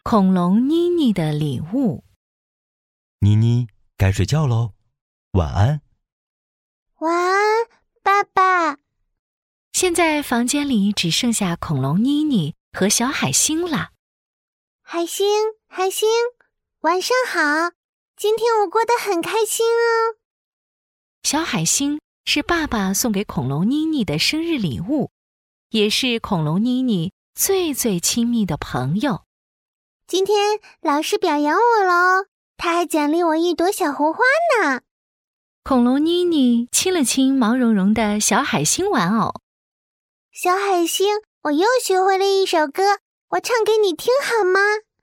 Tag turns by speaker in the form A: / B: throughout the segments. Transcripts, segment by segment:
A: 恐龙妮妮的礼物。
B: 妮妮，该睡觉喽，晚安。
C: 晚安，爸爸。
A: 现在房间里只剩下恐龙妮妮和小海星了。
C: 海星，晚上好，今天我过得很开心哦。
A: 小海星是爸爸送给恐龙妮妮的生日礼物，也是恐龙妮妮最亲密的朋友。
C: 今天老师表扬我了，他还奖励我一朵小红花呢。
A: 恐龙妮妮亲了亲毛茸茸的小海星玩偶。
C: 小海星，我又学会了一首歌，我唱给你听好吗？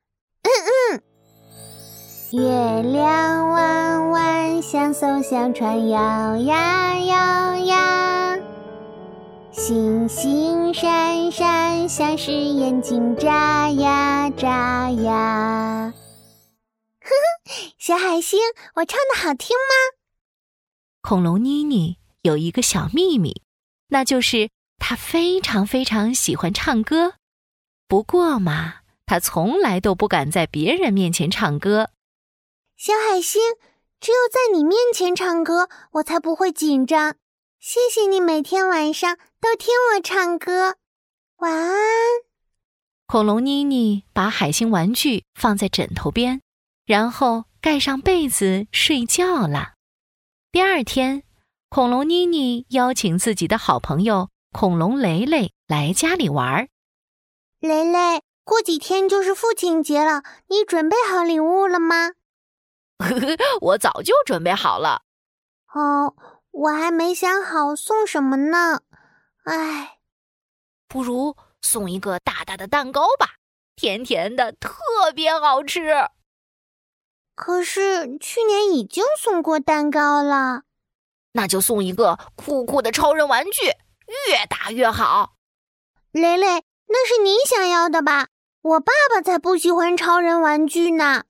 C: 月亮弯弯，像艘小船摇呀摇呀，星星闪闪，像是眼睛眨呀眨呀。小海星，我唱得好听吗？
A: 恐龙妮妮有一个小秘密，那就是她非常喜欢唱歌。不过嘛，她从来都不敢在别人面前唱歌。
C: 小海星，只有在你面前唱歌，我才不会紧张。谢谢你每天晚上都听我唱歌。晚安。
A: 恐龙妮妮把海星玩具放在枕头边，然后盖上被子睡觉了。第二天，恐龙妮妮邀请自己的好朋友恐龙雷雷来家里玩。
C: 雷雷，过几天就是父亲节了，你准备好礼物了吗？
D: 我早就准备好了。
C: 哦，我还没想好送什么呢。唉，
D: 不如送一个大大的蛋糕吧，甜甜的，特别好吃。
C: 可是去年已经送过蛋糕了。
D: 那就送一个酷酷的超人玩具，越大越好。
C: 雷雷，那是你想要的吧？我爸爸才不喜欢超人玩具呢。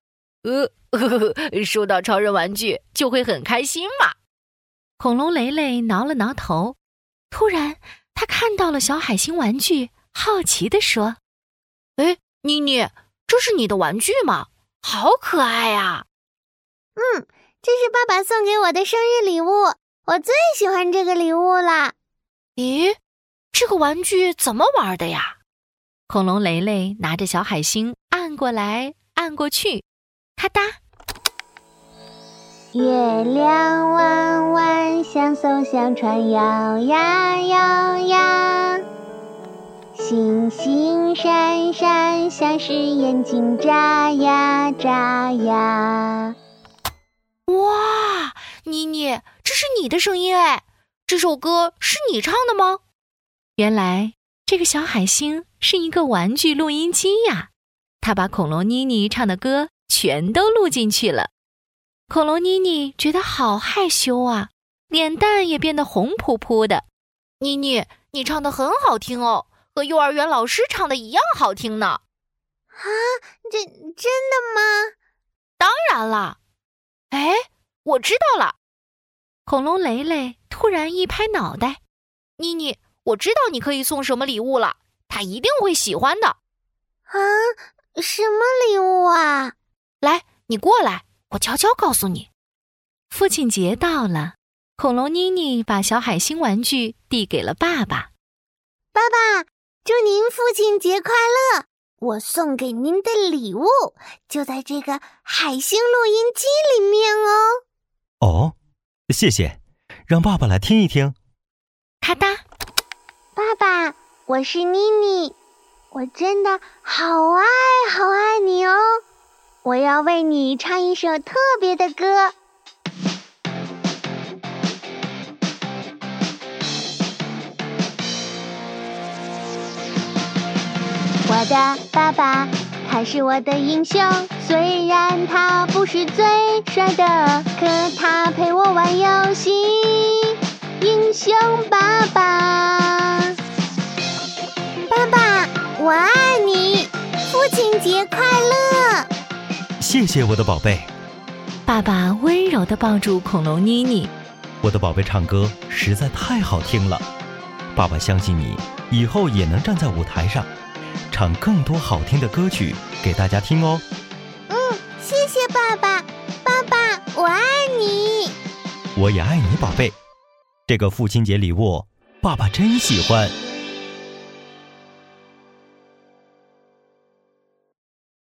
D: 收到超人玩具就会很开心嘛。
A: 恐龙雷雷挠了挠头，突然他看到了小海星玩具，好奇地说：
D: 妮妮，这是你的玩具吗？好可爱呀！
C: 这是爸爸送给我的生日礼物，我最喜欢这个礼物了。
D: 咦，这个玩具怎么玩的呀？
A: 恐龙雷雷拿着小海星按过来按过去，咔嗒。
C: 月亮弯弯，像艘小船摇呀摇呀，星星闪闪，像是眼睛眨呀眨呀。
D: 哇，妮妮，这是你的声音哎！这首歌是你唱的吗？
A: 原来这个小海星是一个玩具录音机呀，它把恐龙妮妮唱的歌全都录进去了。恐龙妮妮觉得好害羞啊，脸蛋也变得红扑扑的。
D: 妮妮，你唱得很好听哦，和幼儿园老师唱的一样好听呢。
C: 啊，真的吗？
D: 当然啦。我知道了。
A: 恐龙雷雷突然一拍脑袋，
D: 妮妮，我知道你可以送什么礼物了，他一定会喜欢的。
C: 啊，什么礼物啊？
D: 来，你过来，我悄悄告诉你。
A: 父亲节到了，恐龙妮妮把小海星玩具递给了爸爸。
C: 爸爸，祝您父亲节快乐！我送给您的礼物就在这个海星录音机里面哦。
B: 哦，谢谢，让爸爸来听一听。
A: 咔嗒。
C: 爸爸，我是妮妮，我真的好爱你哦！我要为你唱一首特别的歌。我的爸爸，他是我的英雄，虽然他不是最帅的，可他陪我玩游戏。英雄爸爸，爸爸，我爱你，父亲节快乐！
B: 谢谢我的宝贝。
A: 爸爸温柔地抱住恐龙妮妮。
B: 我的宝贝唱歌实在太好听了，爸爸相信你以后也能站在舞台上， 唱更多好听的歌曲给大家听哦。
C: 谢谢爸爸，爸爸，我爱你。
B: 我也爱你，宝贝。这个父亲节礼物，爸爸真喜欢。